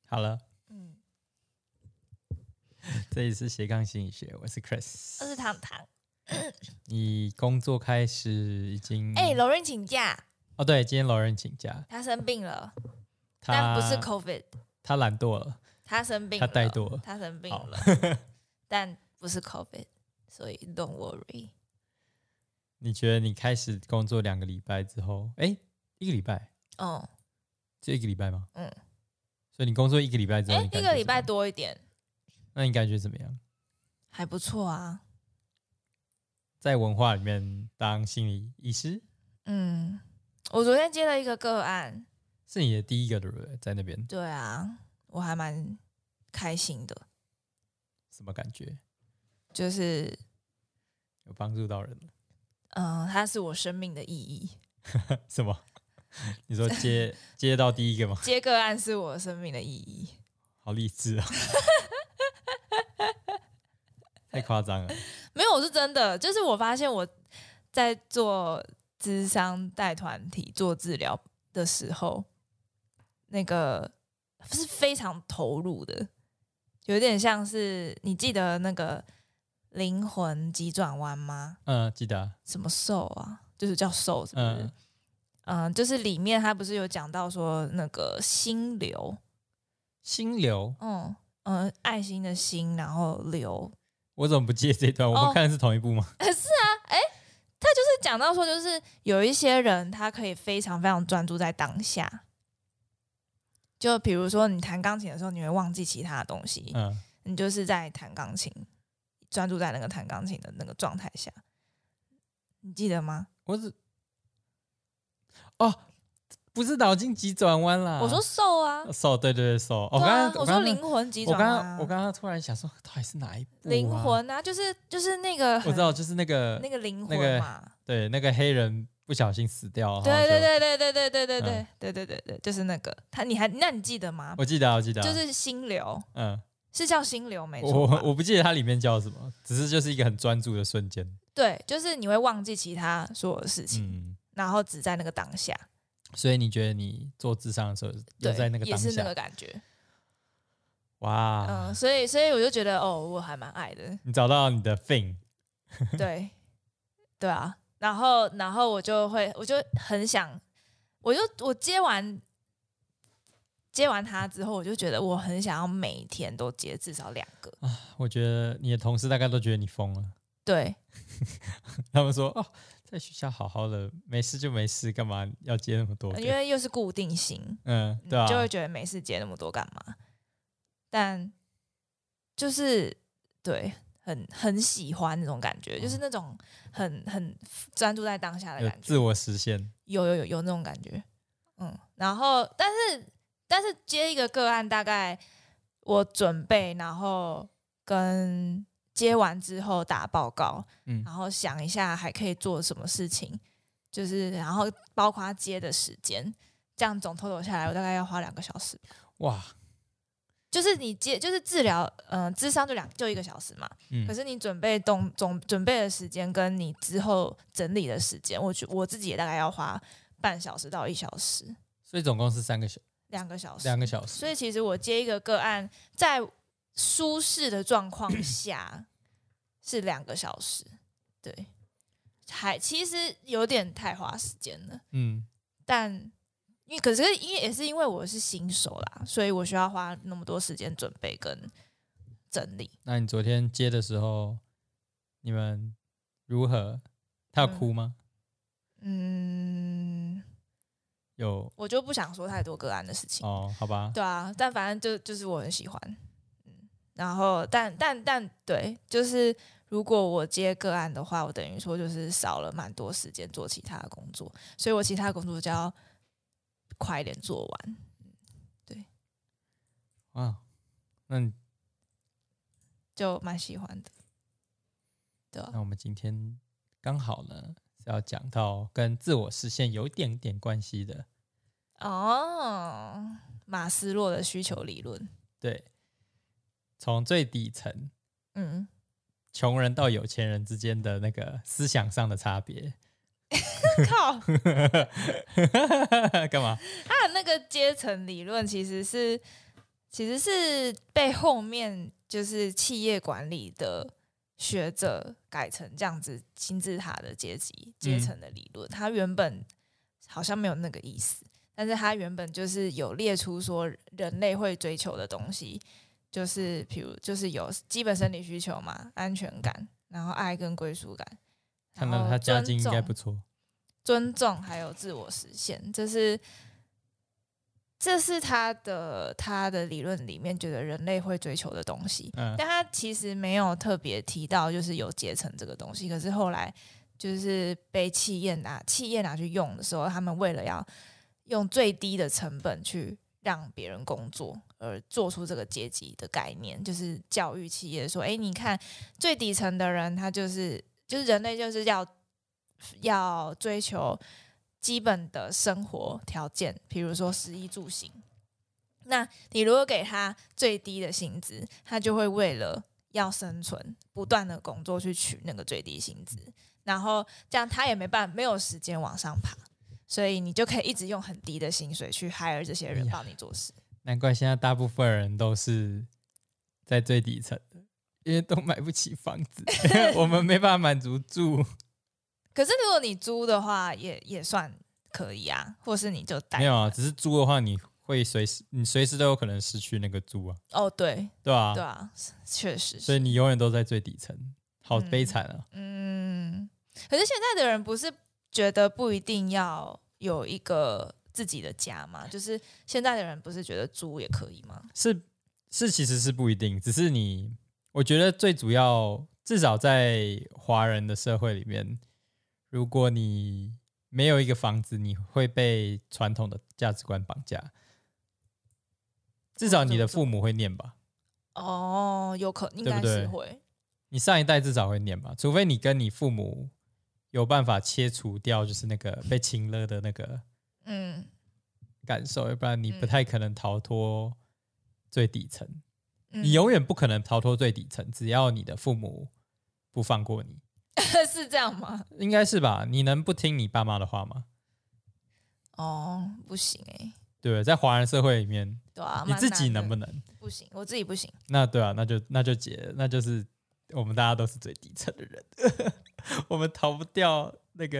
好了，这里是斜杠心理学，我是 Chris， 我是糖糖。 你工作开始已经 Lauren 请假哦，对，今天 Lauren 请假， 他生病了， 他但不是 COVID， 他懒惰了， 他生病了， 他怠惰了， 他生病了，但不是 COVID， 所以 don't worry。 你觉得你开始工作2个礼拜之后，一个礼拜，就1个礼拜吗？所以你工作1个礼拜之后， 1个礼拜多一点， 那你感觉怎么样？ 还不错啊。 在文化里面当心理医师， 我昨天接了一个个案， 是你的第一个对不对？在那边， 对啊，我还蛮开心的。 什么感觉？ 就是有帮助到人了？ 它是我生命的意义。 什么？你说接到第一个吗？ 接个案是我生命的意义， 好励志啊！太夸张了。 没有，我是真的，就是我发现我在做諮商带团体做治疗的时候，那个是非常投入的，有点像是你记得那个灵魂急转弯吗？ 记得啊。 什么受啊？就是叫受，是不是？就是里面他不是有讲到说那个心流，爱心的心，然后流。 我怎么不记得这一段？我们看的是同一部吗？ 是啊，他就是讲到说，就是有一些人他可以非常非常专注在当下，就比如说你弹钢琴的时候，你会忘记其他的东西，你就是在弹钢琴，专注在那个弹钢琴的那个状态下，你记得吗？ 不是脑筋急转弯啦， 我说受啊， 受，对对对，受。 我说灵魂急转弯， 我刚刚突然想说，到底是哪一部？ 灵魂啊，就是那个， 我知道，就是那个灵魂嘛， 对，那个黑人不小心死掉， 对，就是那个他，那你记得吗？ 我记得， 就是心流，是叫心流没错。 我不记得它里面叫什么，只是就是一个很专注的瞬间。 对，就是你会忘记其他所有的事情，然后只在那个当下。 所以你觉得你做諮商的时候有在那个当下， 也是那个感觉。 哇， 所以我就觉得我还蛮爱的。 你找到你的 thing。 对啊，然后我就很想，我接完他之后，我就觉得我很想要每天都接至少2个。 我觉得你的同事大概都觉得你疯了。 对， 他们说在学校好好的，没事就没事，干嘛要接那么多个？ 因为又是固定型， 对啊， 就会觉得没事接那么多干嘛？但就是对，很喜欢那种感觉，就是那种很专注在当下的感觉， 自我实现， 有那种感觉，然后但是接一个个案，大概我准备，然后跟接完之后打报告，然后想一下还可以做什么事情，就是然后包括接的时间，这样总 total 下来，我大概要花2个小时。哇！就是你就是治疗，諮商就1个小时嘛，可是你准备准备的时间跟你之后整理的时间，我自己也大概要花半小时到1小时， 所以总共是2个小时。 所以其实我接一个个案，在舒适的状况下是2个小时，对，其实有点太花时间了，但可是也是因为我是新手啦，所以我需要花那么多时间准备跟整理。 那你昨天接的时候，你们如何？他有哭吗？有， 我就不想说太多个案的事情。 好吧。 对啊，但反正就是我很喜欢，然后但对，就是如果我接个案的话，我等于说就是少了蛮多时间做其他的工作，所以我其他工作就要快一点做完。对， 那你就蛮喜欢的。对啊， 那我们今天刚好呢是要讲到跟自我实现有一点点关系的。 马斯洛的需求理论。 对，从最底层，穷人到有钱人之间的那个思想上的差别。 靠！ 干嘛？ 他的那个阶层理论其实其实是被后面就是企业管理的学者改成这样子金字塔的阶层的理论。他原本好像没有那个意思，但是他原本就是有列出说人类会追求的东西，就是比如就是有基本生理需求嘛，安全感，然后爱跟归属感。 看到他家境应该不错， 尊重还有自我实现，这是他的理论里面觉得人类会追求的东西。但他其实没有特别提到就是有阶层这个东西。可是后来就是被企业拿去用的时候，他们为了要用最低的成本去让别人工作，而做出这个阶级的概念，就是教育企业说，你看最底层的人，他就是人类就是要追求基本的生活条件，比如说食衣住行。那你如果给他最低的薪资，他就会为了要生存，不断的工作去取那个最低薪资，然后这样他也没有时间往上爬，所以你就可以一直用很低的薪水去 hire 这些人帮你做事。 难怪现在大部分人都是在最底层的，因为都买不起房子，我们没办法满足住。 可是如果你租的话也算可以啊，或是你就贷。 没有啊，只是租的话你会随时都有可能失去那个租啊。 哦，对啊， 对啊，确实。 所以你永远都在最底层，好悲惨啊。 可是现在的人不是觉得不一定要有一个自己的家吗？就是现在的人不是觉得租也可以吗？ 是，其实是不一定，只是我觉得最主要，至少在华人的社会里面，如果你没有一个房子，你会被传统的价值观绑架。至少你的父母会念吧？ 有可能，应该是会。 对，你上一代至少会念吧，除非你跟你父母有办法切除掉，就是那个被亲了的那个感受，要不然你不太可能逃脱最底层。你永远不可能逃脱最底层，只要你的父母不放过你。 是这样吗？ 应该是吧？你能不听你爸妈的话吗？ 不行对，在华人社会里面， 对啊， 你自己能不能？ 不行，我自己不行。 那对啊，那就解了，那就是我们大家都是最底层的人，我们逃不掉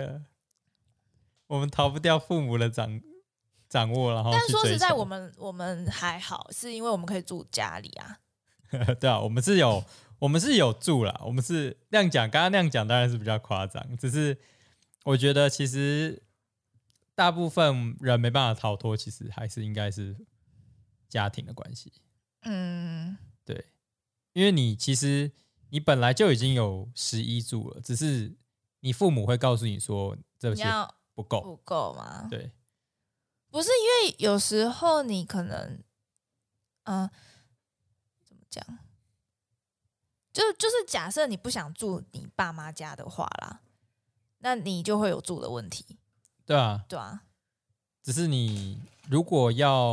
我们逃不掉父母的掌握，然后但说实在，我们还好，是因为我们可以住家里啊。 对啊，我们是有住啦，我们是那样讲，刚刚那样讲当然是比较夸张，只是我觉得其实大部分人没办法逃脱，其实还是应该是家庭的关系。对，因为其实你本来就已经有食衣住了，只是你父母会告诉你说这些不够吗？ 对， 不是因为有时候你可能怎么讲？就是假设你不想住你爸妈家的话啦，那你就会有住的问题。 对啊，只是你如果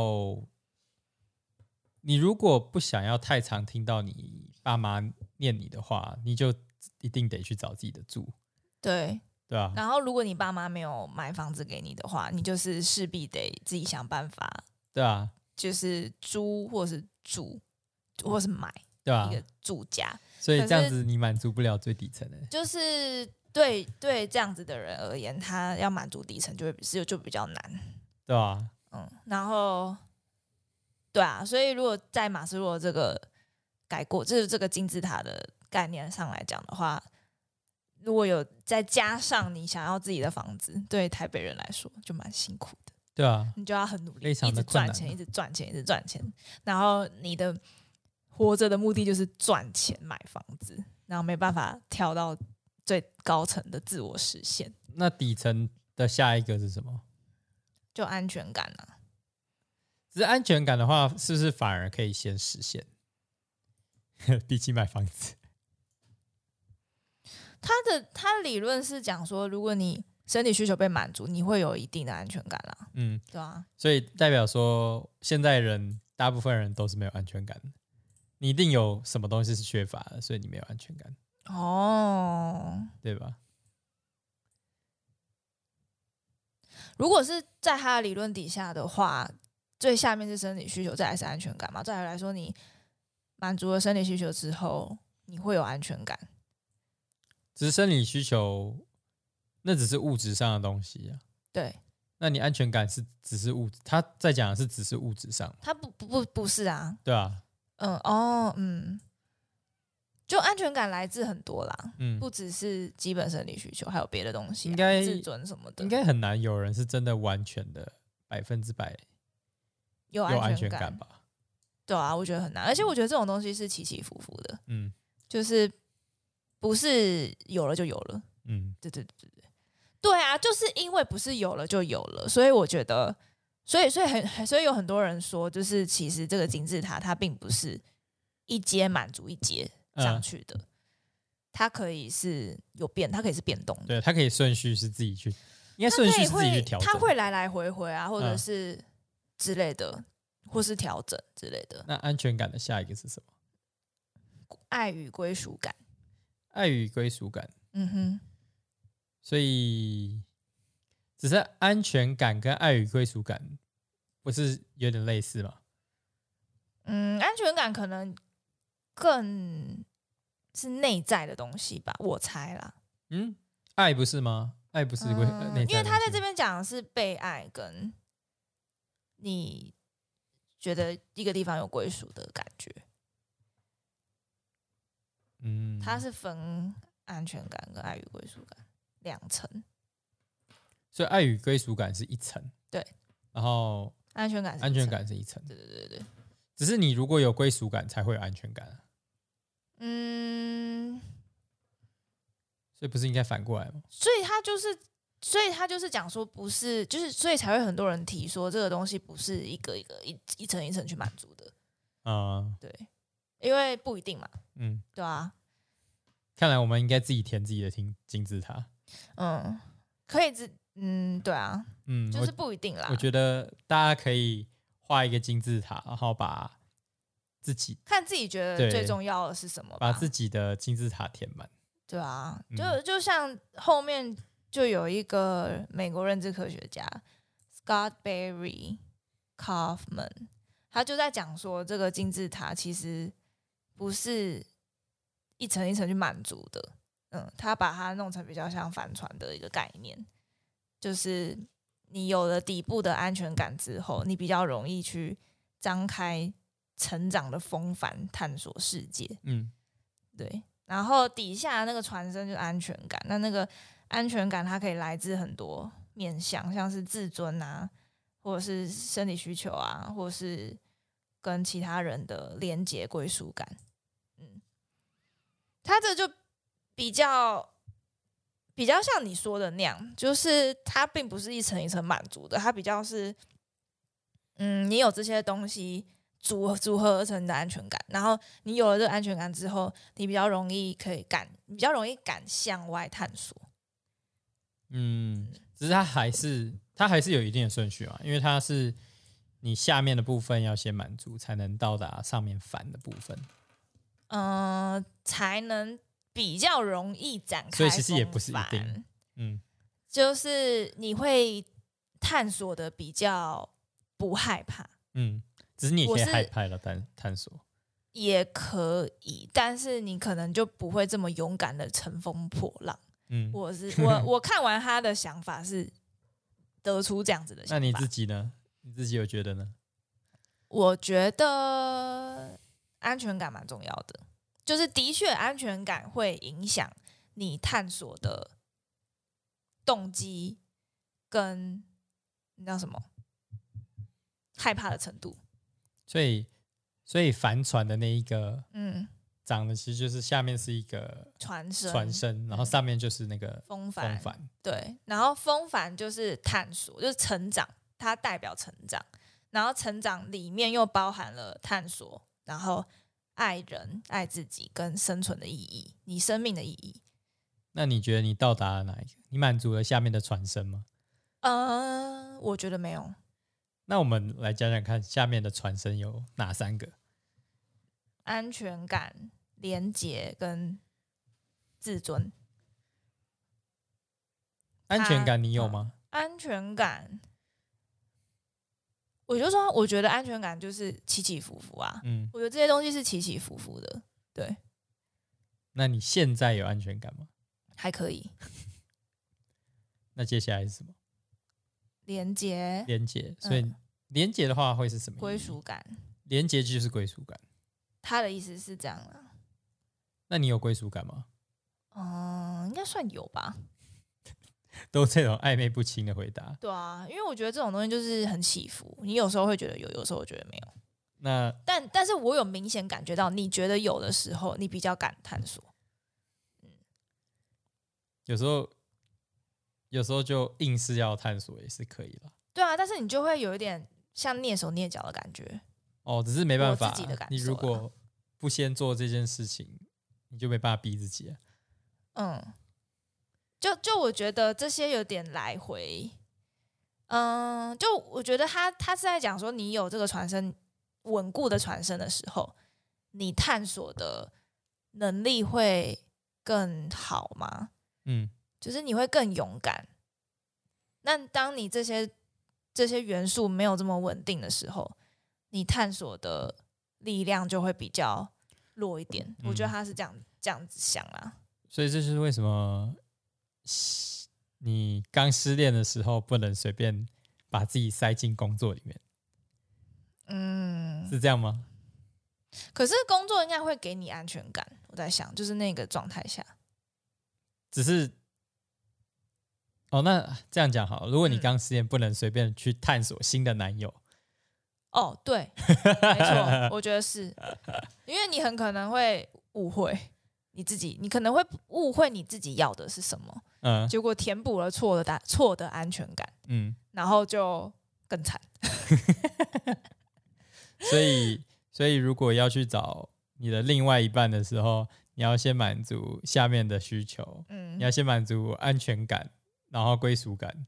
不想要太常听到你爸妈念你的话，你就一定得去找自己的住。 对啊。 然后如果你爸妈没有买房子给你的话，你就是势必得自己想办法。 对啊， 就是租或是住或是买一个住家。 所以这样子你满足不了最底层的。 就是对这样子的人而言，他要满足底层就比较难。 对啊。 然后对啊，所以如果在马斯洛这个改过，就是这个金字塔的概念上来讲的话，如果有再加上你想要自己的房子，对台北人来说就蛮辛苦的。 对啊， 你就要很努力， 一直赚钱，一直赚钱，一直赚钱。然后你的活着的目的就是赚钱买房子，然后没办法跳到最高层的自我实现。 那底层的下一个是什么？ 就安全感啊。 只是安全感的话，是不是反而可以先实现？比起买房子， 他的理论是讲说，如果你生理需求被满足，你会有一定的安全感啦。对啊。 所以代表说，现在大部分人都是没有安全感的。你一定有什么东西是缺乏的，所以你没有安全感。对吧？如果是在他的理论底下的话， 最下面是生理需求，再来是安全感嘛。再来说，你满足了生理需求之后，你会有安全感。 只是生理需求，那只是物质上的东西啊。 对， 那你安全感是只是物质，他在讲的是只是物质上， 它不是啊。 对啊， 就安全感来自很多啦， 嗯， 不只是基本生理需求，还有别的东西、啊， 应该自尊什么的， 应该很难有人是真的完全的100% 有有安全全感吧？ 对啊，我觉得很难，而且我觉得这种东西是起起伏伏的， 嗯就是不是有了就有了。 嗯， 对啊，就是因为不是有了就有了，所以我觉得，所以有很多人说，就是其实这个金字塔它并不是一阶满足一阶上去的，它可以是它可以是变动的， 对，它可以顺序是自己去，应该顺序是自己去调整， 它会来来回回啊，或者是之类的，或是调整之类的。 那安全感的下一个是什么？ 爱与归属感。 爱与归属感。 嗯哼。 所以，只是安全感跟爱与归属感不是有点类似吗？ 安全感可能更是内在的东西吧，我猜啦。 爱不是吗？爱不是内在的东西， 因为他在这边讲的是被爱跟你觉得一个地方有归属的感觉。它是分安全感跟爱与归属感2层， 所以爱与归属感是1层， 对， 然后安全感是 1层， 对， 只是你如果有归属感才会有安全感啊。所以不是应该反过来吗？ 所以他就是讲说不是，就是所以才会很多人提说这个东西不是一个一层一层去满足的。对，因为不一定嘛。对啊。 看来我们应该自己填自己的金字塔。 可以对啊。就是不一定啦。 我觉得大家可以画一个金字塔，然后把自己看自己觉得最重要的是什么吧， 把自己的金字塔填满。 对啊，就像后面就有一个美国认知科学家 Scott Barry Kaufman， 他就在讲说，这个金字塔其实不是一层一层去满足的。他把它弄成比较像帆船的一个概念，就是你有了底部的安全感之后，你比较容易去张开成长的风帆，探索世界。对。然后底下那个船身就是安全感，那个安全感它可以来自很多面向，像是自尊啊，或者是生理需求啊，或者是跟其他人的连结归属感。它这就比较像你说的那样，就是它并不是一层一层满足的，它比较是你有这些东西组合而成你的安全感，然后你有了这个安全感之后，你比较容易敢向外探索。 只是它还是有一定的顺序嘛，因为它是你下面的部分要先满足，才能到达上面帆的部分。 才能比较容易展开。 所以其实也不是一定。 就是你会探索的比较不害怕。 只是你也可以害怕的探索， 也可以，但是你可能就不会这么勇敢的乘风破浪。我看完他的想法是得出这样子的想法。 那你自己呢？你自己有觉得呢？ 我觉得安全感蛮重要的，就是的确安全感会影响你探索的动机跟你叫什么害怕的程度。 所以帆船的那一个长的其实就是下面是一个船身，然后上面就是那个风帆。 对，然后风帆就是探索，就是成长，它代表成长，然后成长里面又包含了探索，然后爱人、爱自己跟生存的意义，你生命的意义。 那你觉得你到达了哪一个？你满足了下面的船身吗？ 我觉得没有。 那我们来讲讲看，下面的船身有哪3个？ 安全感、连结跟自尊。 安全感你有吗？ 安全感， 我就说，我觉得安全感就是起起伏伏啊。我觉得这些东西是起起伏伏的。对， 那你现在有安全感吗？ 还可以。 那接下来是什么？ 连结， 所以连结的话会是什么？ 归属感。 连结就是归属感。 他的意思是这样啊。 那你有归属感吗？ 应该算有吧。 都这种暧昧不清的回答。 对啊，因为我觉得这种东西就是很起伏，你有时候会觉得有，有时候我觉得没有。但是我有明显感觉到，你觉得有的时候，你比较敢探索。 有时候就硬是要探索也是可以了。 对啊，但是你就会有一点像蹑手蹑脚的感觉。 只是没办法， 我自己的感受你如果不先做这件事情，你就没办法逼自己啊。 就我觉得这些有点来回。就我觉得他是在讲说，你有这个传声稳固的传声的时候，你探索的能力会更好吗？就是你会更勇敢。那当你这些元素没有这么稳定的时候，你探索的力量就会比较弱一点。我觉得他是这样子想啊。 所以这就是为什么你刚失恋的时候不能随便把自己塞进工作里面。是这样吗？ 可是工作应该会给你安全感，我在想，就是那个状态下。 只是那这样讲好了，如果你刚失恋，不能随便去探索新的男友。 对，没错，我觉得是，因为你很可能会误会你自己，你可能会误会你自己要的是什么，结果填补了错的安全感，然后就更惨。 所以如果要去找你的另外一半的时候，你要先满足下面的需求，你要先满足安全感，然后归属感。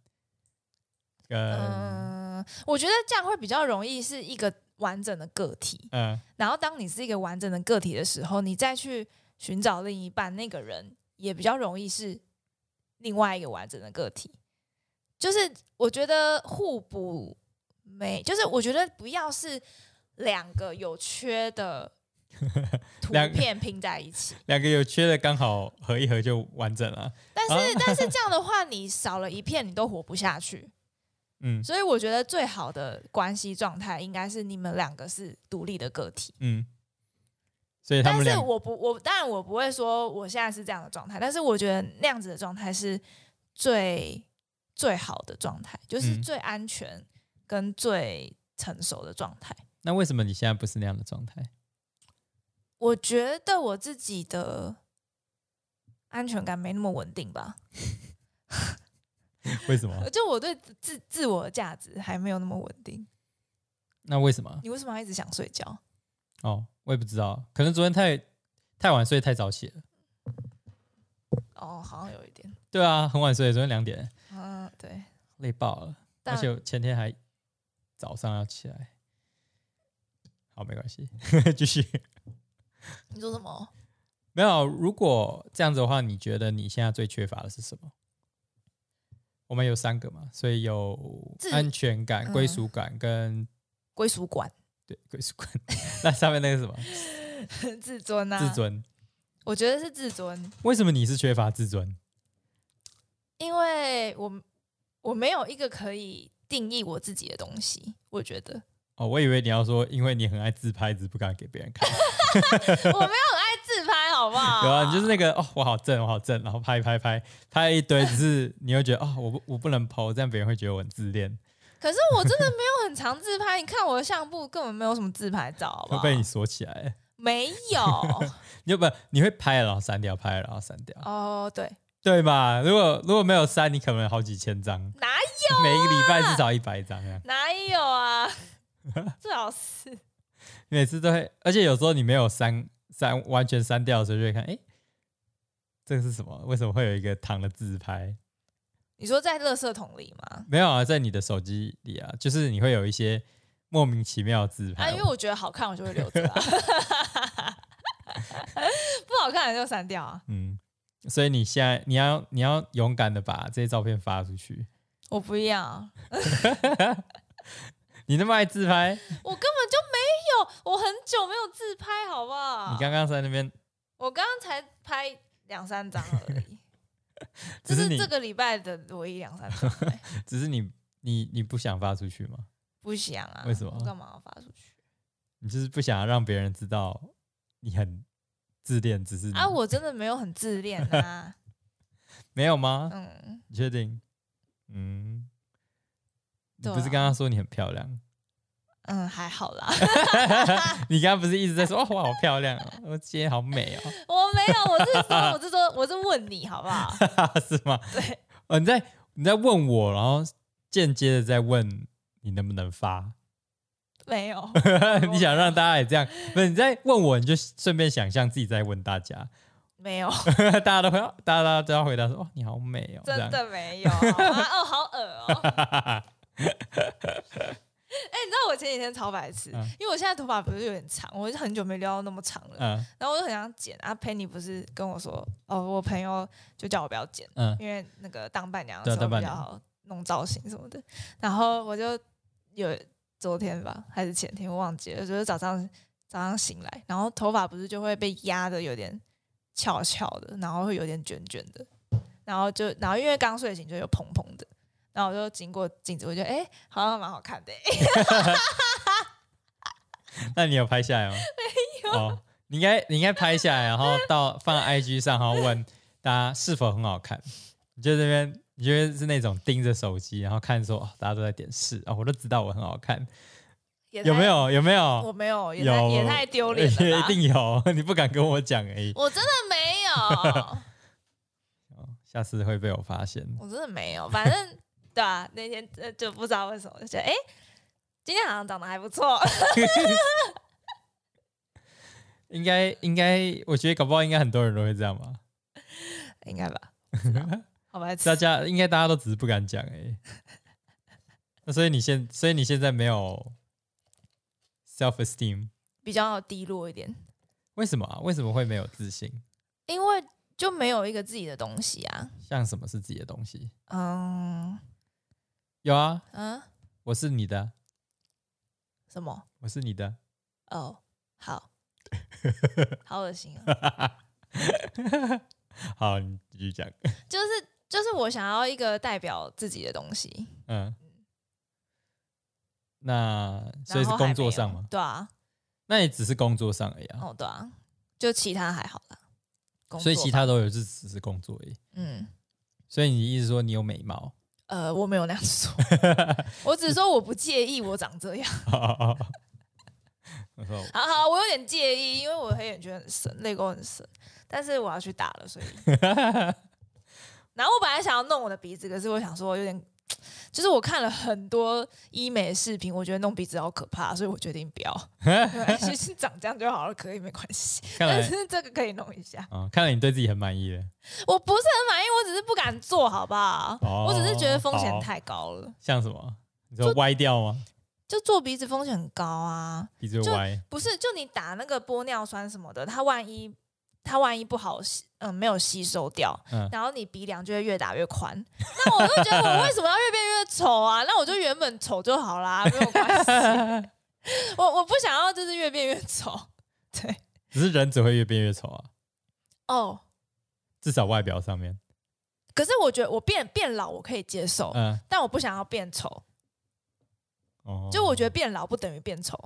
我觉得这样会比较容易是一个完整的个体。然后当你是一个完整的个体的时候，你再去寻找另一半，那个人也比较容易是另外一个完整的个体。就是我觉得互补就是我觉得不要是两个有缺的图片拼在一起， 两个有缺的刚好合一合就完整了。 但是这样的话，你少了一片，你都活不下去。所以我觉得最好的关系状态应该是你们两个是独立的个体。 所以他们但是当然我不会说我现在是这样的状态，但是我觉得那样子的状态是最好的状态，就是最安全跟最成熟的状态。 那为什么你现在不是那样的状态？ 我觉得我自己的安全感没那么稳定吧。 为什么？ 就我对自我的价值还没有那么稳定。 那为什么？ 你为什么要一直想睡觉？ 我也不知道，可能昨天太晚睡，太早起了。 好像有一点。 对啊，很晚睡，昨天2点。 对， 累爆了，而且我前天还早上要起来。好，没关系，继续。 你说什么？ 没有，如果这样子的话，你觉得你现在最缺乏的是什么？我们有3个嘛，所以有安全感、归属感跟归属感。 对，归属感。那上面那个是什么？ 自尊啊。 自尊。 我觉得是自尊。 为什么你是缺乏自尊？ 因为我没有一个可以定义我自己的东西，我觉得。 我以为你要说，因为你很爱自拍，只不敢给别人看。 我没有很爱自拍，好不好？ 有啊，你就是那个我好正，我好正，然后拍一堆，只是你会觉得我不能 po， 这样别人会觉得我很自恋。 可是我真的没有很常自拍，你看我的相簿根本没有什么自拍照，好不好？ 会被你锁起来。 没有。 你会拍然后删掉，拍然后删掉。 对嘛？如果没有删，你可能有好几千张。 哪有？ 每一个礼拜至少100张啊。 哪有啊？最好是每次都会，而且有时候你没有完全删掉的时候，就会看，这个是什么？为什么会有一个躺的自拍？ 你说在垃圾桶里吗？ 没有啊，在你的手机里啊，就是你会有一些莫名其妙的自拍。 因为我觉得好看，我就会留着啊。不好看的就删掉啊。 所以你现在你要勇敢的把这些照片发出去。 我不要。 你那么爱自拍， 我根本就没有，我很久没有自拍，好不好？ 你刚刚在那边， 我刚刚才拍2-3张而已， 只是你这是这个礼拜的唯一2-3张、欸。 只是你不想发出去吗？ 不想啊？ 为什么？ 我干嘛要发出去？ 你就是不想让别人知道你很自恋，只是啊，我真的没有很自恋啊。 没有吗？ 嗯， 你确定？嗯，你对啊不是刚刚说你很漂亮？ 还好啦。 你刚刚不是一直在说哇好漂亮哦，我今天好美哦， 我没有，我是问你好不好？ 是吗？ 对， 哦，你在问我，然后间接的在问你能不能发。 没有。 你想让大家也这样？不是你在问我，你就顺便想象自己在问大家， 没有， 大家都要回答说哦你好美哦， 真的没有。哦，好恶哦。你知道我前几天超白痴，因为我现在头发不是有点长，我很久没撩到那么长了，然后我就很想剪啊。Penny 不是跟我说，我朋友就叫我不要剪，因为那个当伴娘的时候比较好弄造型什么的。然后我就有昨天吧，还是前天我忘记了，就是早上醒来，然后头发不是就会被压的有点翘翘的，然后会有点卷卷的，然后因为刚睡醒就有蓬蓬的。然后我就经过镜子，我觉得好像蛮好看的。 那你有拍下来吗？ 没有。 哦，你应该拍下来，然后放在 IG 上，然后问大家是否很好看。你就这边，你觉得是那种盯着手机，然后看说大家都在点视我都知道我很好看。有没有？ 我没有，也太丢脸了吧。 一定有，你不敢跟我讲而已。 我真的没有。 下次会被我发现。 我真的没有，反正。对啊，那天就不知道为什么就觉得今天好像长得还不错。 应该，我觉得搞不好应该很多人都会这样吧。 应该吧。好吧， 大家都只是不敢讲那所以你现在没有 self esteem， 比较低落一点。 为什么啊？为什么会没有自信？ 因为就没有一个自己的东西啊。 像什么是自己的东西？有啊，我是你的。 什么？ 我是你的。 哦，好，好恶心啊！ 好，你继续讲。 就是我想要一个代表自己的东西。 那所以是工作上吗？ 对啊。 那也只是工作上而已啊。 哦，对啊，就其他还好啦。 所以其他都有，就只是工作而已。所以你意思说你有美貌？ 我没有那样说，我只是说我不介意我长这样。好，我有点介意，因为我黑眼圈很深，泪沟很深，但是我要去打了，所以。然后我本来想要弄我的鼻子，可是我想说有点，就是我看了很多医美视频，我觉得弄鼻子好可怕，所以我决定不要。其实长这样就好了，可以没关系。但是这个可以弄一下。 看来你对自己很满意了。 我不是很满意，我只是不敢做，好不好？我只是觉得风险太高了。 像什么？你说歪掉吗？ 就做鼻子风险很高啊， 鼻子歪。 不是，就你打那个玻尿酸什么的，它万一不好没有吸收掉，然后你鼻梁就会越打越宽。那我就觉得我为什么要越变越丑啊？那我就原本丑就好啦，没有关系。我不想要就是越变越丑。对， 只是人只会越变越丑啊。至少外表上面。 可是我觉得我变老我可以接受，但我不想要变丑。就我觉得变老不等于变丑。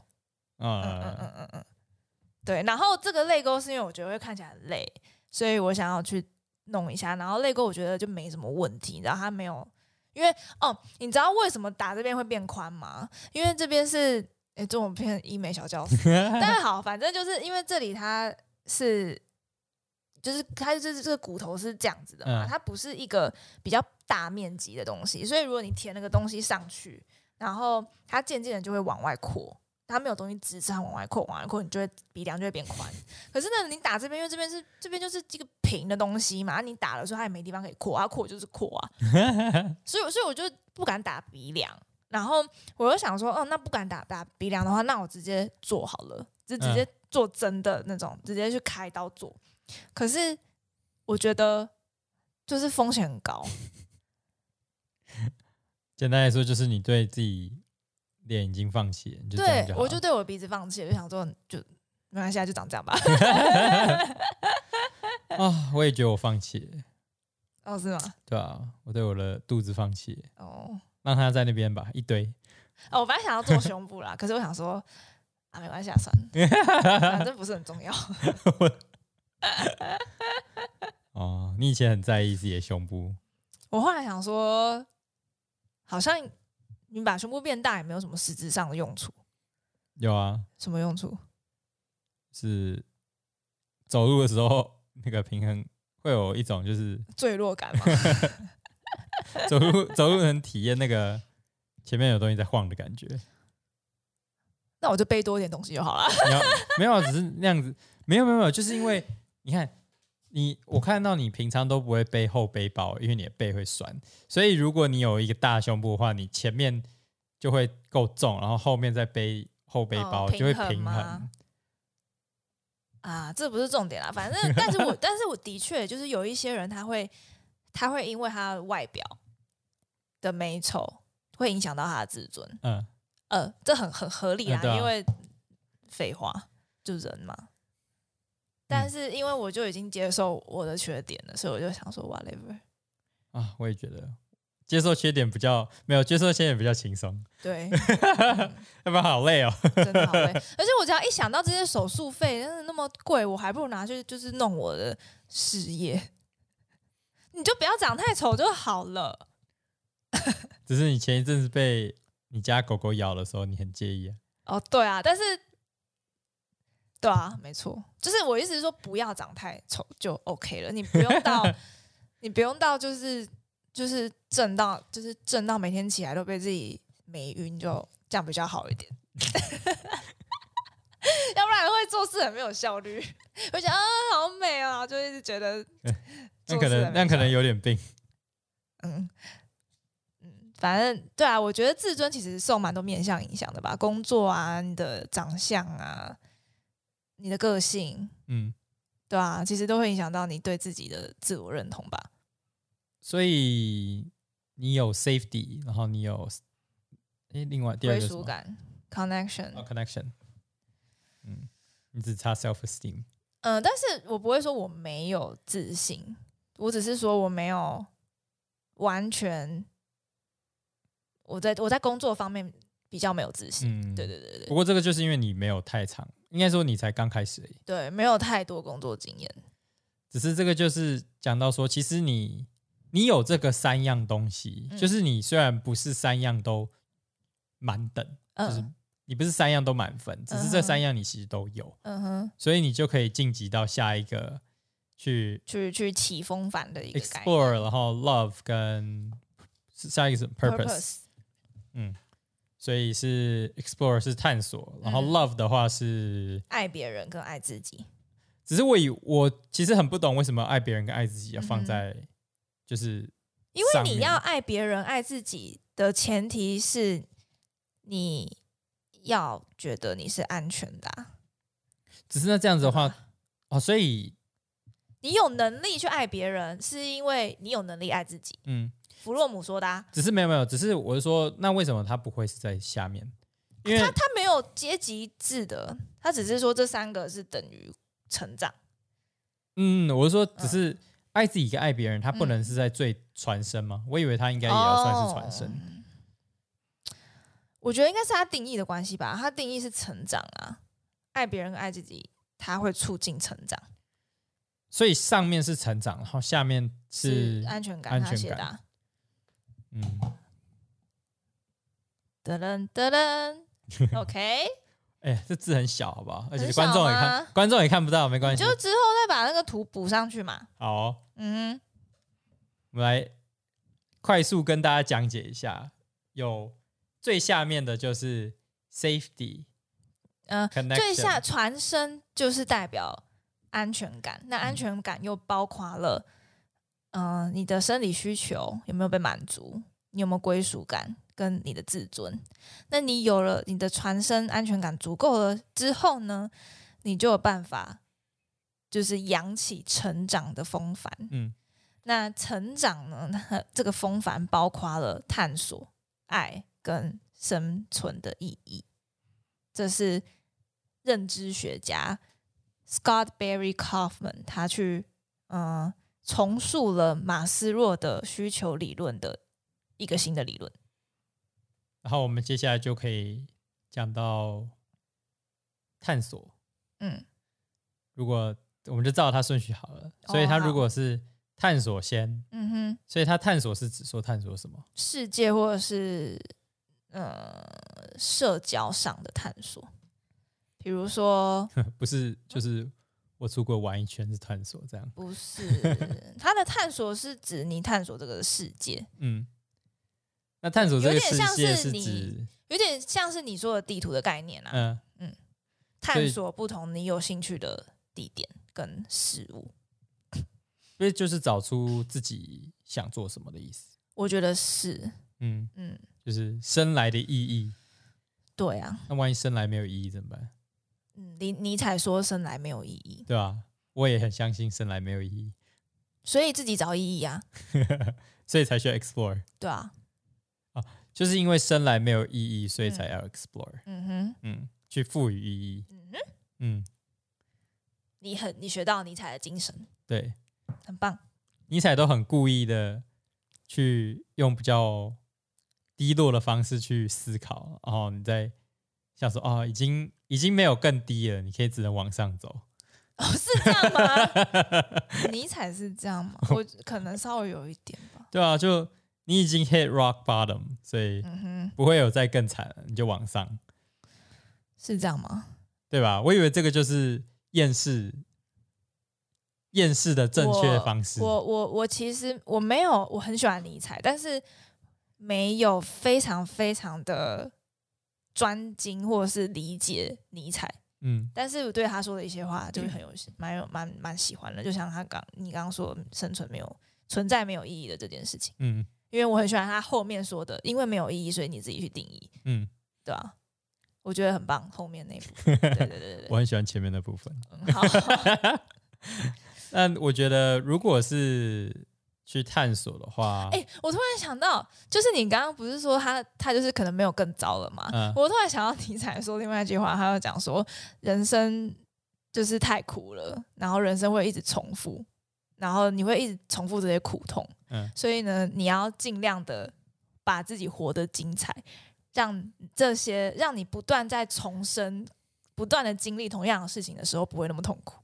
对，然后这个泪沟是因为我觉得会看起来很累，所以我想要去弄一下。然后泪沟我觉得就没什么问题，然后它没有，因为你知道为什么打这边会变宽吗？因为这边是这种偏医美小教室，但是好，反正就是因为这里它是。就是它就是这个骨头是这样子的嘛，它不是一个比较大面积的东西，所以如果你填那个东西上去，然后它渐渐的就会往外扩，它没有东西支撑，往外扩，你就会鼻梁就会变宽。可是呢，你打这边，因为这边就是一个平的东西嘛，你打的时候它也没地方可以扩，它扩就是扩啊，所以我就不敢打鼻梁。然后我就想说，那不敢打鼻梁的话，那我直接做好了，就直接做真的那种，直接去开刀做。可是我觉得就是风险很高。 简单来说，就是你对自己脸已经放弃了，你就这样就好了。 我就对我鼻子放弃了，就想说就没关系，就长这样吧。 啊，我也觉得我放弃了。 哦，是吗？ 对啊，我对我的肚子放弃了。 哦， 让他在那边吧，一堆。 我本来想要做胸部啦，可是我想说没关系，算了，反正不是很重要。 哦，你以前很在意自己的胸部。 我后来想说，好像你把胸部变大也没有什么实质上的用处。 有啊， 什么用处？是走路的时候那个平衡会有一种就是坠落感吗？ 走路能体验那个前面有东西在晃的感觉。 那我就背多一点东西就好了。 没有，只是那样子。没有，就是因为你看我看到你平常都不会背后背包，因为你的背会酸，所以如果你有一个大胸部的话，你前面就会够重，然后后面再背后背包就会平衡。 这不是重点啦，反正但是我的确就是有一些人他会因为他的外表的美丑会影响到他的自尊。这很合理啦， 啊、 因为废话就人嘛。但是因为我就已经接受我的缺点了，所以我就想说 whatever 啊，我也觉得接受缺点没有接受缺点比较轻松。 对， 要不然好累哦， 真的好累。而且我只要一想到这些手术费真的那么贵，我还不如拿去就是弄我的事业。你就不要长太丑就好了。 只是你前一阵子被你家狗狗咬的时候，你很介意啊。 哦，对啊，但是对啊，没错，就是我意思是说，不要长太丑就 OK 了，你不用到就是正到每天起来都被自己美晕，就这样比较好一点。要不然会做事很没有效率。我想好美啊，就一直觉得那可能有点病。 反正对啊，我觉得自尊其实受蛮多面向影响的吧，工作啊，你的长相啊，你的个性，对啊，其实都会影响到你对自己的自我认同吧。 所以你有 safety， 然后你有另外第二个归属感 connection， 你只差 self esteem。 但是我不会说我没有自信，我只是说我没有完全。我在工作方面比较没有自信，对。 不过这个就是因为你没有太长，应该说你才刚开始而已。 对，没有太多工作经验。 只是这个就是讲到说，其实你有这个3样东西，就是你虽然不是3样都满等，就是你不是3样都满分，只是这3样你其实都有，所以你就可以晋级到下一个去起风帆的一个 explore， 然后 love 跟下一个是 purpose。所以是 explore 是探索，然后 love 的话是爱别人跟爱自己。 只是我其实很不懂为什么爱别人跟爱自己要放在就是因为你要爱别人爱自己的前提是你要觉得你是安全的只是那这样子的话所以你有能力去爱别人是因为你有能力爱自己。弗洛姆说的只是没有，只是我是说，那为什么他不会是在下面？因为他没有阶级制的，他只是说这3个是等于成长。 我是说，只是爱自己跟爱别人，他不能是在最传声吗？我以为他应该也要算是传声。 我觉得应该是他定义的关系吧，他定义是成长啊，爱别人跟爱自己，他会促进成长。 所以上面是成长，然后下面是安全感，他写的。噔噔噔噔 ，OK。 这字很小，好不好？而且观众也看不到，没关系。 就之后再把那个图补上去嘛。 好我们来快速跟大家讲解一下，有最下面的就是 safety， 最下传声就是代表安全感，那安全感又包括了，你的生理需求有没有被满足，你有没有归属感跟你的自尊。那你有了你的传声安全感足够了之后呢，你就有办法就是扬起成长的风帆。那成长呢，这个风帆包括了探索、爱跟生存的意义。这是认知学家 Scott Barry Kaufman 他去重塑了马斯洛的需求理论的一个新的理论。 然后我们接下来就可以讲到探索。如果我们就照它顺序好了，所以它如果是探索先，所以它探索是指说探索什么？ 世界或者是社交上的探索，比如说不是就是我出国玩一圈是探索这样？ 不是，它的探索是指你探索这个世界。 那探索这个世界是指有点像是你说的地图的概念啊。探索不同你有兴趣的地点跟事物， 所以就是找出自己想做什么的意思。 我觉得是， 就是生来的意义。 对啊， 那万一生来没有意义怎么办？ 尼采说生来没有意义， 对啊，我也很相信生来没有意义， 所以自己找意义啊， 所以才需要 explore。 对啊， 就是因为生来没有意义，所以才要 explore。去赋予意义。 你学到尼采的精神， 对， 很棒。 尼采都很故意的去用比较低落的方式去思考，然后你在想说已经没有更低了，你可以只能往上走。 是这样吗？尼采是这样吗？我可能稍微有一点吧。 对啊，就你已经 hit rock bottom， 所以不会有再更惨了，你就往上。 是这样吗？ 对吧？我以为这个就是厌世的正确方式。 我其实我没有，我很喜欢尼采，但是没有非常非常的专精或者是理解尼采。但是我对他说的一些话就是蛮喜欢的，就像你刚刚说存在没有意义的这件事情。因为我很喜欢他后面说的，因为没有意义，所以你自己去定义。对吧？我觉得很棒，后面那一部分。对， 我很喜欢前面的部分。 好。 但我觉得，如果是去探索的话， 我突然想到，就是你刚刚不是说他就是可能没有更糟了嘛？我突然想到尼采说另外一句话，他就讲说，人生就是太苦了，然后人生会一直重复，然后你会一直重复这些苦痛。所以呢，你要尽量的把自己活得精彩。让你不断在重生，不断的经历同样的事情的时候，不会那么痛苦。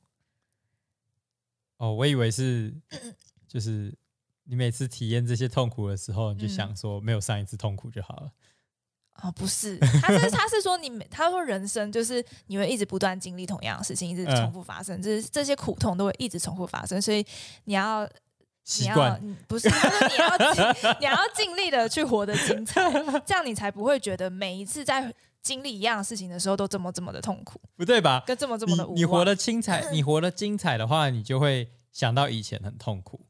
我以为是，就是你每次体验这些痛苦的时候，你就想说没有上一次痛苦就好了。 不是，他是说他说人生就是你会一直不断经历同样的事情，一直重复发生，这些苦痛都会一直重复发生，所以你要。 习惯不是，他说你要尽力的去活得精彩，这样你才不会觉得每一次在经历一样的事情的时候都这么的痛苦， 不对吧？ 跟这么的无望。 你活得精彩，你活得精彩的话，你就会想到以前很痛苦。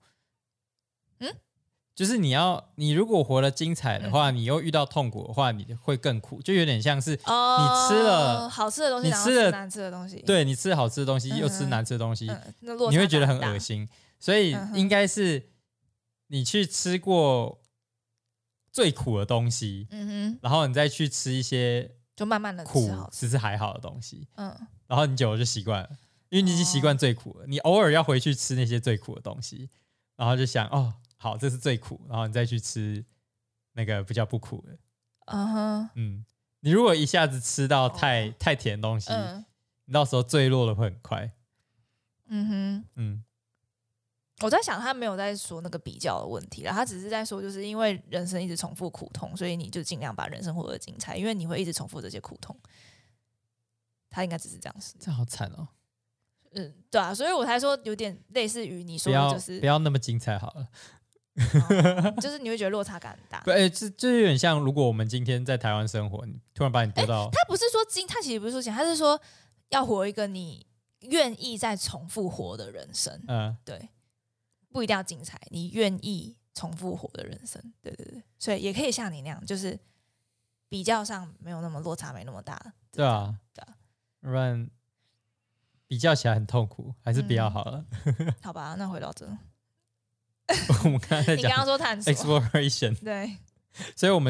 就是你如果活得精彩的话，你又遇到痛苦的话，你会更苦，就有点像是你吃了好吃的东西， 你吃了难吃的东西， 对，你吃了好吃的东西，又吃难吃的东西，你会觉得很恶心。所以应该是你去吃过最苦的东西，然后你再去吃一些就慢慢的其实还好的东西，然后你久了就习惯了，因为你已经习惯最苦了，你偶尔要回去吃那些最苦的东西，然后就想好，这是最苦，然后你再去吃那个比较不苦的。你如果一下子吃到太甜的东西，你到时候坠落的会很快。 我在想他没有在说那个比较的问题啦，他只是在说就是因为人生一直重复苦痛，所以你就尽量把人生活得精彩，因为你会一直重复这些苦痛。他应该只是这样子。 这好惨哦。 对啊，所以我才说有点类似于你说的就是不要那么精彩好了。 就是你会觉得落差感很大。 这有点像如果我们今天在台湾生活，你突然把你丢到他不是说他其实不是说他是说要活一个你愿意再重复活的人生。对，不一定要精彩，你愿意重复活的人生。对，所以也可以像你那样，就是比较上没有那么落差没那么大。 对啊，不然比较起来很痛苦，还是不要好了。 好吧，那回到这。 我们刚才在讲， 你刚刚说探索 exploration， 对， 所以我们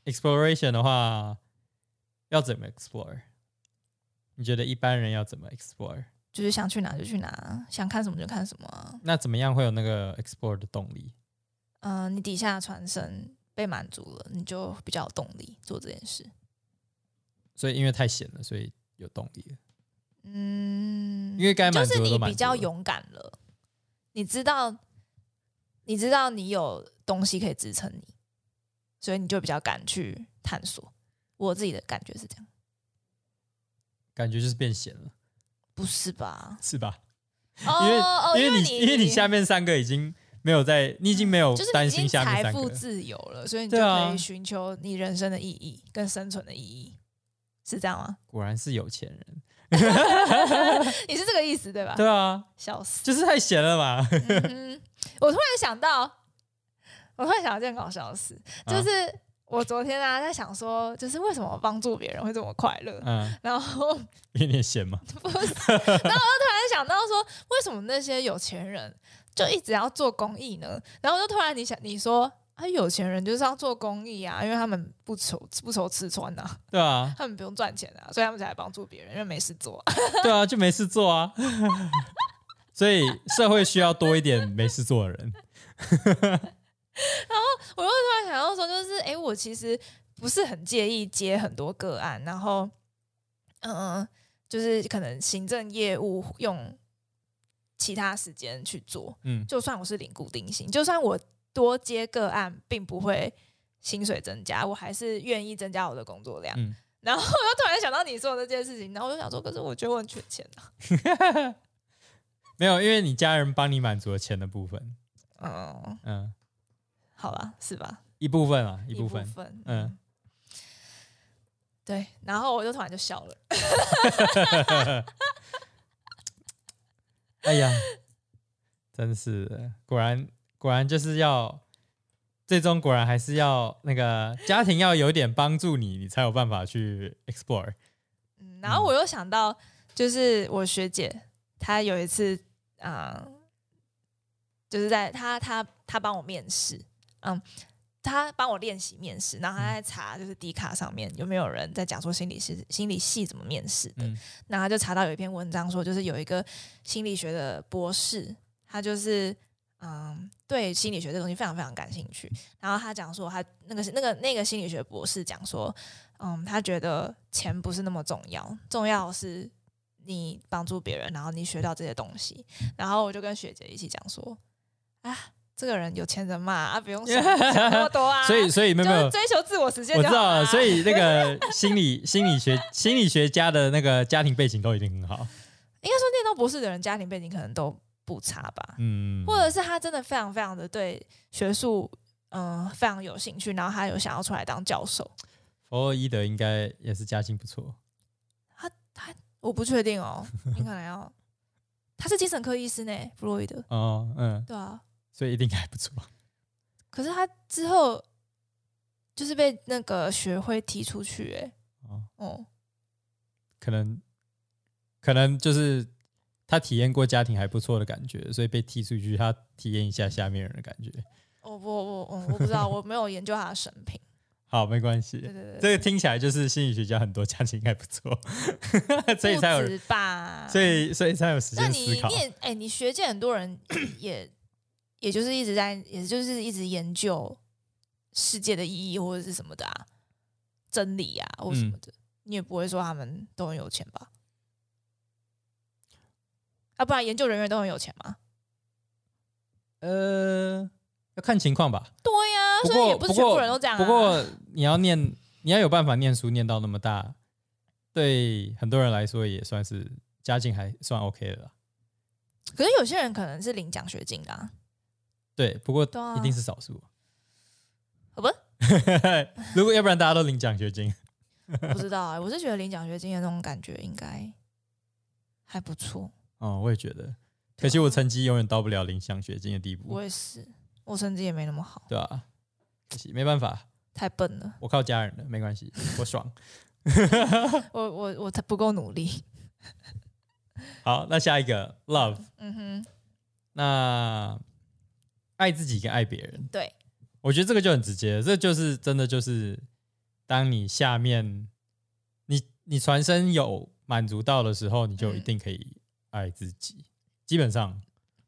exploration 的话，要怎么 explore？ 你觉得一般人要怎么 explore？ 就是想去哪就去哪，想看什么就看什么啊。 那怎么样会有那个 explore 的动力？ 你底下的传声被满足了，你就比较有动力做这件事。 所以因为太闲了，所以有动力了。 因为该满足的就是你都满足了比较勇敢了，你知道你有东西可以支撑你，所以你就比较敢去探索。我自己的感觉是这样。 感觉就是变闲了， 不是吧？ 是吧？ 因为你下面3个已经没有在，你已经没有担心下面3个， 财富自由了，所以你就可以寻求你人生的意义跟生存的意义，是这样吗？ 果然是有钱人。 你是这个意思对吧？ 对啊， 笑死， 就是太闲了嘛。 我突然想到一件搞笑的事，就是我昨天在想说，就是为什么帮助别人会这么快乐？然后有点闲嘛， 不是，然后我就突然想到说，为什么那些有钱人就一直要做公益呢？然后就突然你说。有钱人就是要做公益啊，因为他们不愁吃穿啊， 对啊， 他们不用赚钱啊，所以他们才来帮助别人，因为没事做。 对啊，就没事做啊，所以社会需要多一点没事做的人。 然后我又突然想到说，就是我其实不是很介意接很多个案，然后就是可能行政业务用其他时间去做，就算我是领固定薪，就算我多接个案并不会薪水增加，我还是愿意增加我的工作量。然后我又突然想到你说的这件事情，然后我就想说，可是我觉得我很缺钱啊。 没有，因为你家人帮你满足了钱的部分。 好吧，是吧？ 一部分啊，一部分。对，然后我就突然就笑了。 哎呀，真是的，果然就是要，最终果然还是要那个家庭要有点帮助你，你才有办法去 explore。 然后我又想到，就是我学姐，她有一次，就是在她帮我面试，她帮我练习面试，然后她在查就是 D 卡上面有没有人在讲说心理系怎么面试的，然后她就查到有一篇文章说，就是有一个心理学的博士，他就是对心理学这个东西非常非常感兴趣，然后他讲说他那个心理学博士讲说，他觉得钱不是那么重要，重要的是你帮助别人，然后你学到这些东西。然后我就跟学姐一起讲说，这个人有钱人嘛，不用想那么多啊。 所以没有追求自我实现就好。 我知道了，所以那个心理学家的那个家庭背景都一定很好。 应该说念到博士的人家庭背景可能都不差吧，或者是他真的非常非常的对学术非常有兴趣，然后他有想要出来当教授。 弗洛伊德应该也是家境不错。 他我不确定哦，你可能要他是精神科医师呢，弗洛伊德。对啊， 所以一定还不错。 可是他之后就是被那个学会踢出去， 可能就是他体验过家庭还不错的感觉，所以被踢出去，他体验一下下面人的感觉。 我不知道，我没有研究他的生平。 好，没关系。对，这个听起来就是心理学家很多家庭还不错，所以才有吧。 所以才有时间思考。 你学界很多人也就是一直研究世界的意义或者是什么的啊，真理啊或什么的，你也不会说他们都很有钱吧？不然研究人员都很有钱吗？ 要看情况吧。 对呀，所以也不是全部人都这样。 不过你要有办法念书念到那么大，对很多人来说也算是家境还算 OK 的啦。 可是有些人可能是领奖学金的啊。 对，不过一定是少数。 好吧。 如果要不然大家都领奖学金。 不知道我是觉得领奖学金的那种感觉应该还不错。 我也觉得，可惜我成绩永远到不了领奖学金的地步。 我也是，我成绩也没那么好。 对啊，可惜没办法， 太笨了。 我靠家人了，没关系，我爽。 我不够努力。 好，那下一个 love。那爱自己跟爱别人， 对， 我觉得这个就很直接，这就是真的就是当你下面你传声有满足到的时候，你就一定可以爱自己，基本上，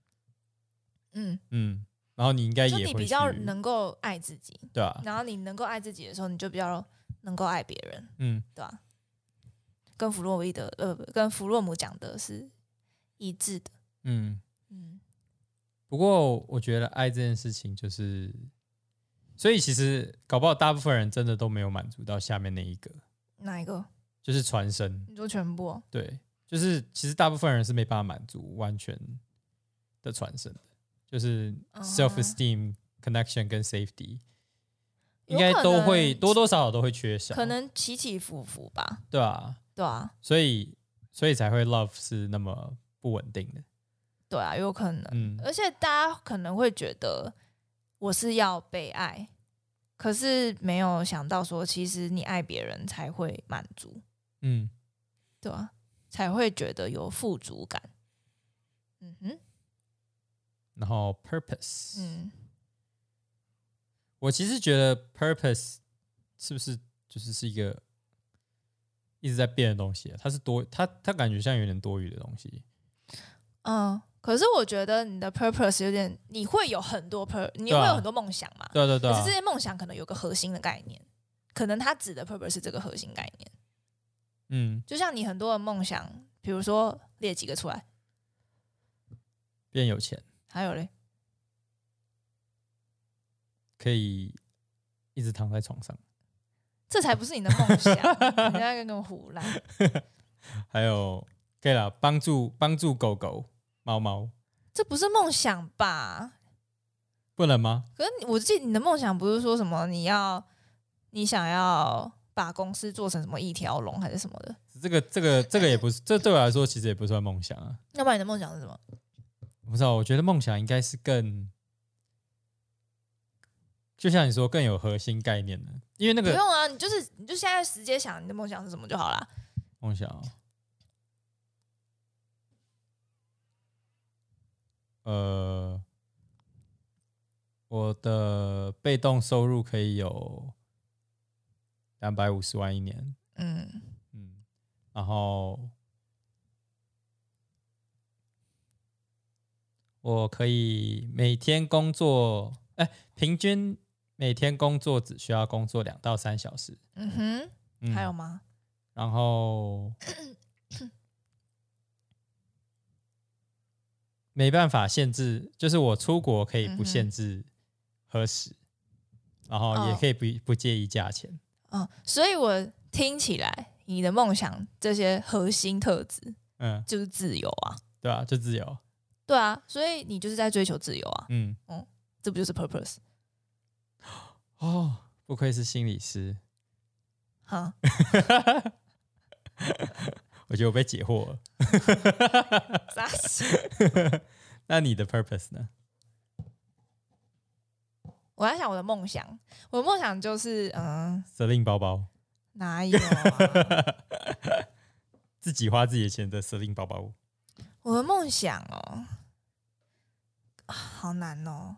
然后你应该也会就你比较能够爱自己， 对啊， 然后你能够爱自己的时候，你就比较能够爱别人，对啊，跟弗洛姆讲的是一致的， 不过我觉得爱这件事情就是，所以其实搞不好大部分人真的都没有满足到下面那一个， 哪一个？ 就是传声。 你说全部对，就是其实大部分人是没办法满足完全的传声的，就是 self-esteem、connection 跟 safety， 应该都会多多少少都会缺少， 可能起起伏伏吧。 对啊， 对啊， 所以才会 love 是那么不稳定的。 对啊，有可能，而且大家可能会觉得我是要被爱，可是没有想到说，其实你爱别人才会满足，对啊，才会觉得有富足感。 然后 purpose，我其实觉得 purpose 是不是就是一个一直在变的东西啊？它感觉像有点多余的东西。 可是我觉得你的 purpose 有点，你会有很多你会有很多梦想嘛？ 对。 可是这些梦想可能有个核心的概念，可能它指的 purpose 是这个核心概念。就像你很多的梦想，比如说列几个出来， 变有钱， 还有嘞， 可以一直躺在床上， 这才不是你的梦想，你在跟我胡乱。 还有可以啦，帮助狗狗。猫猫， 这不是梦想吧？ 不能吗？ 可是我记得你的梦想不是说什么你想要把公司做成什么一条龙还是什么的？ 这个也不是，这对我来说其实也不算梦想啊。 要不然你的梦想是什么？ 我不知道，我觉得梦想应该是更，就像你说更有核心概念的，因为那个不用啊，你就现在直接想你的梦想是什么就好啦。 梦想我的被动收入可以有250万一年，然后我可以每天工作，平均每天工作只需要工作2到3小时， 还有吗？ 然后没办法限制，就是我出国可以不限制何时，然后也可以不介意价钱。 所以我听起来你的梦想这些核心特质，就是自由啊。 对啊，就自由。 对啊，所以你就是在追求自由啊。这不就是 purpose？ 不愧是心理师。我觉得我被解惑了。 傻笑。 那你的 purpose 呢？ 我在想我的梦想，我的梦想就是 Celine 包包。 哪有啊？ 自己花自己的钱的 Celine 包包。 我的梦想好难哦。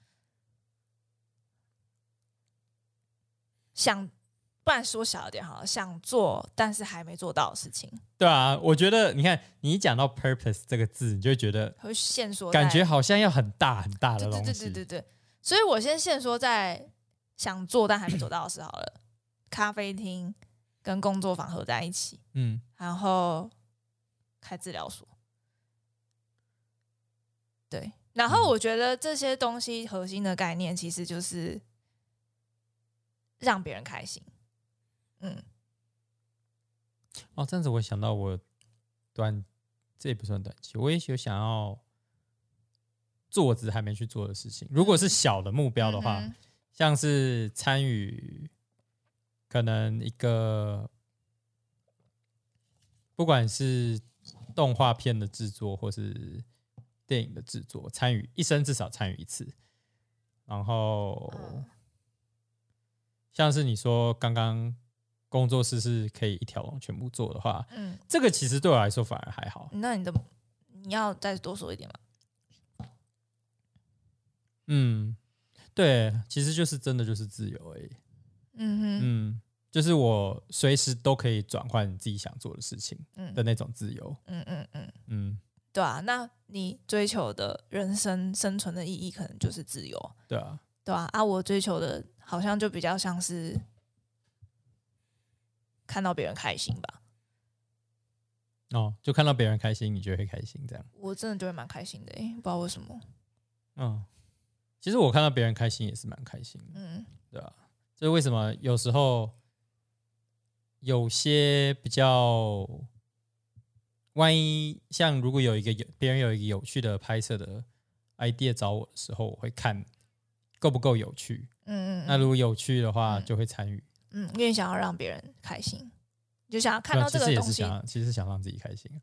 不然说小一点好了，想做但是还没做到的事情。 对啊，我觉得你看，你一讲到 purpose 这个字，你就会觉得会限缩， 感觉好像要很大很大的东西。 对。所以我先限缩在想做但还没做到的事好了。咖啡厅跟工作坊合在一起，然后开治疗所。对，然后我觉得这些东西核心的概念其实就是让别人开心。 这样子我想到这也不算短期，我也有想要做只还没去做的事情。如果是小的目标的话，像是参与可能一个不管是动画片的制作或是电影的制作，一生至少参与一次。然后像是你说刚刚工作室是可以一条龙全部做的话，这个其实对我来说反而还好。 那你要再多说一点吗？ 对，其实就是真的就是自由而已。 就是我随时都可以转换自己想做的事情的那种自由。 对啊，那你追求的人生生存的意义可能就是自由。 对啊， 对啊，我追求的好像就比较像是看到别人开心吧。 哦，就看到别人开心，你就会开心，这样。 我真的就会蛮开心的，不知道为什么。 其实我看到别人开心也是蛮开心的。对啊，就是为什么有时候有些比较，万一像如果别人有一个有趣的拍摄的 idea 找我的时候，我会看够不够有趣。那如果有趣的话，就会参与。 因为想要让别人开心，就想要看到这个东西。 其实是想让自己开心。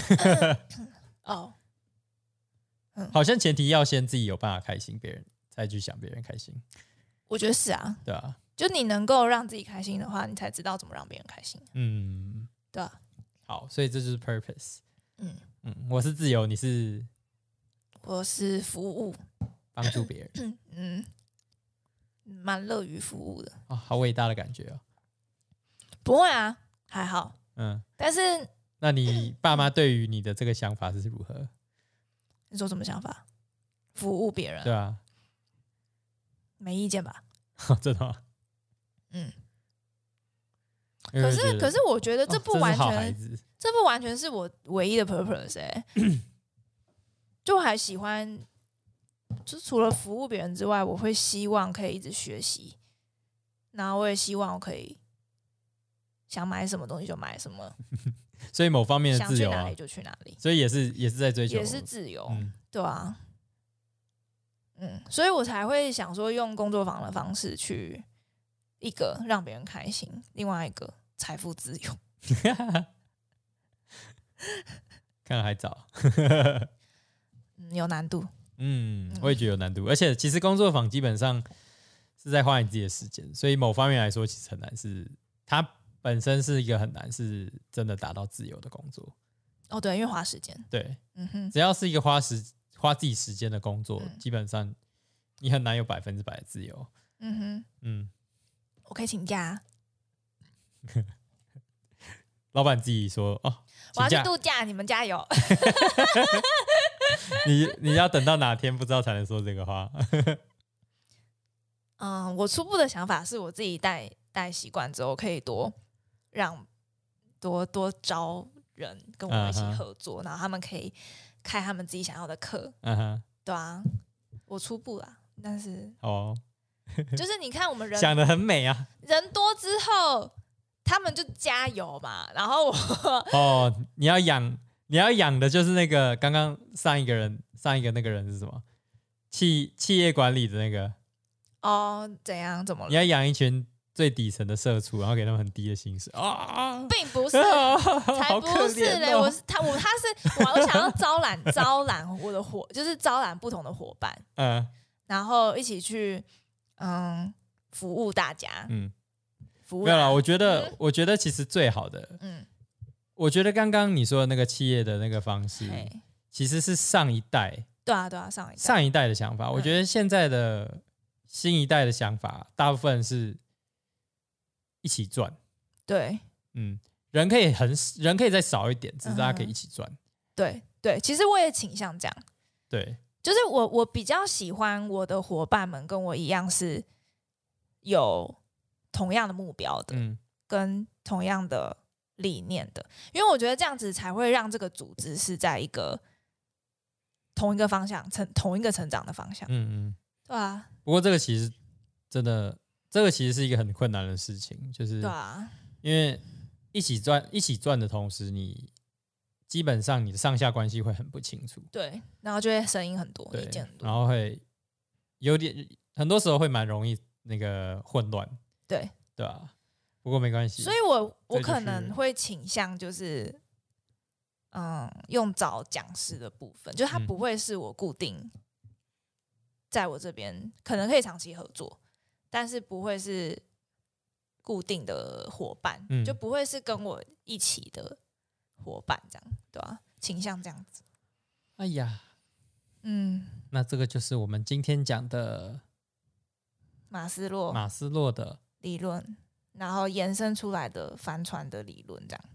好像前提要先自己有办法开心，别人再去想别人开心。 我觉得是啊， 对啊， 就你能够让自己开心的话，你才知道怎么让别人开心。对啊。 好，所以这就是 purpose。我是自由， 我是服务， 帮助别人。 蛮乐于服务的。 好伟大的感觉哦。 不会啊，还好。但是那你爸妈对于你的这个想法是如何？ 你说什么想法？服务别人？ 对啊， 没意见吧？ 真的吗？ 可是我觉得这不完全， 这不完全是我唯一的 purpose 就我还喜欢，就除了服务别人之外，我会希望可以一直学习，然后我也希望我可以想买什么东西就买什么。 所以某方面的自由想去哪里就去哪里， 所以也是在追求， 也是自由。对啊。所以我才会想说用工作坊的方式去，一个让别人开心，另外一个财富自由。 看来还早。 有难度。 我也觉得有难度，而且其实工作坊基本上是在花你自己的时间，所以某方面来说其实很难，是它本身是一个很难是真的达到自由的工作。 对，因为花时间。 对，只要是一个花自己时间的工作，基本上你很难有100%的自由。 我可以请假。 老板自己说我要去度假，你们加油。 你要等到哪天不知道才能说这个话。 我初步的想法是我自己带习惯之后，可以多招人跟我一起合作，然后他们可以开他们自己想要的课。对啊，我初步啦，但是就是你看我们人想得很美啊， 人多之后他们就加油嘛，然后我你要养的就是那个刚刚上一个那个人是什么？企业管理的那个怎样？怎么了？ 你要养一群最底层的社畜，然后给他们很低的薪水并不是，才不是嘞！我想要招揽我的就是招揽不同的伙伴，然后一起去服务大家。服务没有啦，我觉得其实最好的，我觉得刚刚你说的那个企业的那个方式，其实是上一代， 对啊， 上一代的想法。我觉得现在的新一代的想法，大部分是一起赚。 对， 人可以再少一点，只是大家可以一起赚。 对，其实我也倾向这样。 对， 就是我比较喜欢我的伙伴们跟我一样是有同样的目标的，跟同样的理念的，因为我觉得这样子才会让这个组织是在一个同一个方向，同一个成长的方向。对啊。 不过这个其实真的，这个其实是一个很困难的事情，就是对啊， 因为一起赚的同时，你基本上你的上下关系会很不清楚。 对，然后就会声音很多，意见很多， 然后会有点，很多时候会蛮容易那个混乱。 对啊，不过没关系。 所以我可能会倾向就是用找讲师的部分，就是他不会是我固定在我这边，可能可以长期合作，但是不会是固定的伙伴，就不会是跟我一起的伙伴这样，对吧？倾向这样子。 哎呀，那这个就是我们今天讲的马斯洛的理论， 然后延伸出来的帆船的理论这样。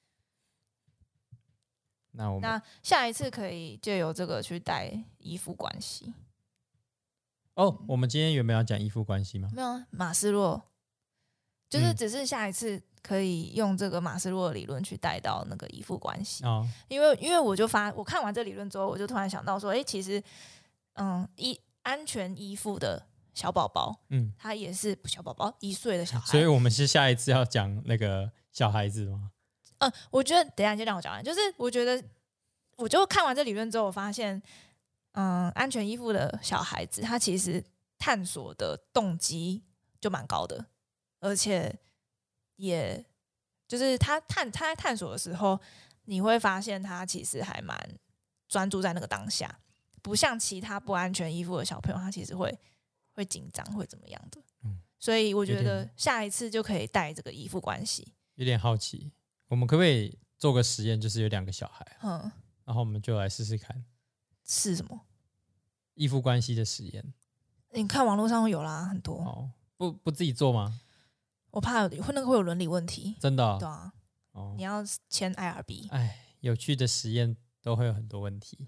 那下一次可以就由这个去带依附关系。 我们今天有没有要讲依附关系吗？ 没有啊，马斯洛就是只是下一次可以用这个马斯洛的理论去带到那个依附关系。因为我看完这理论之后，我就突然想到说，其实安全依附的小宝宝，他也是小宝宝1岁的小孩， 所以我们是下一次要讲那个小孩子吗？ 我觉得等一下你先让我讲完。就是我觉得，我就看完这理论之后，我发现，安全依附的小孩子，他其实探索的动机就蛮高的，而且也就是他在探索的时候，你会发现他其实还蛮专注在那个当下，不像其他不安全依附的小朋友，他其实会紧张，会怎么样的。所以我觉得下一次就可以带这个依附关系。有点好奇。我们可不可以做个实验，就是有2个小孩，然后我们就来试试看， 是什么依附关系的实验？ 你看网络上有啦，很多。 不自己做吗？ 我怕那个会有伦理问题。 真的？ 对啊。你要签 IRB。 有趣的实验都会有很多问题。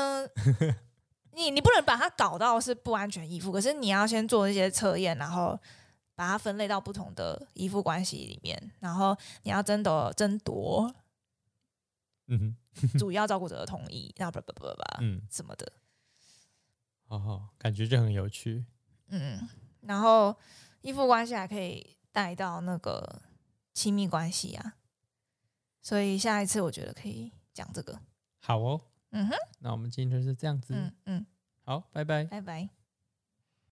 你不能把它搞到是不安全依附，可是你要先做一些测验，然后把它分类到不同的依附关系里面，然后你要争夺主要照顾者的同意，然后什么的。 感觉就很有趣。 然后依附关系还可以带到那个亲密关系啊，所以下一次我觉得可以讲这个。 好哦。那我们今天就是这样子。好，拜拜。 拜拜。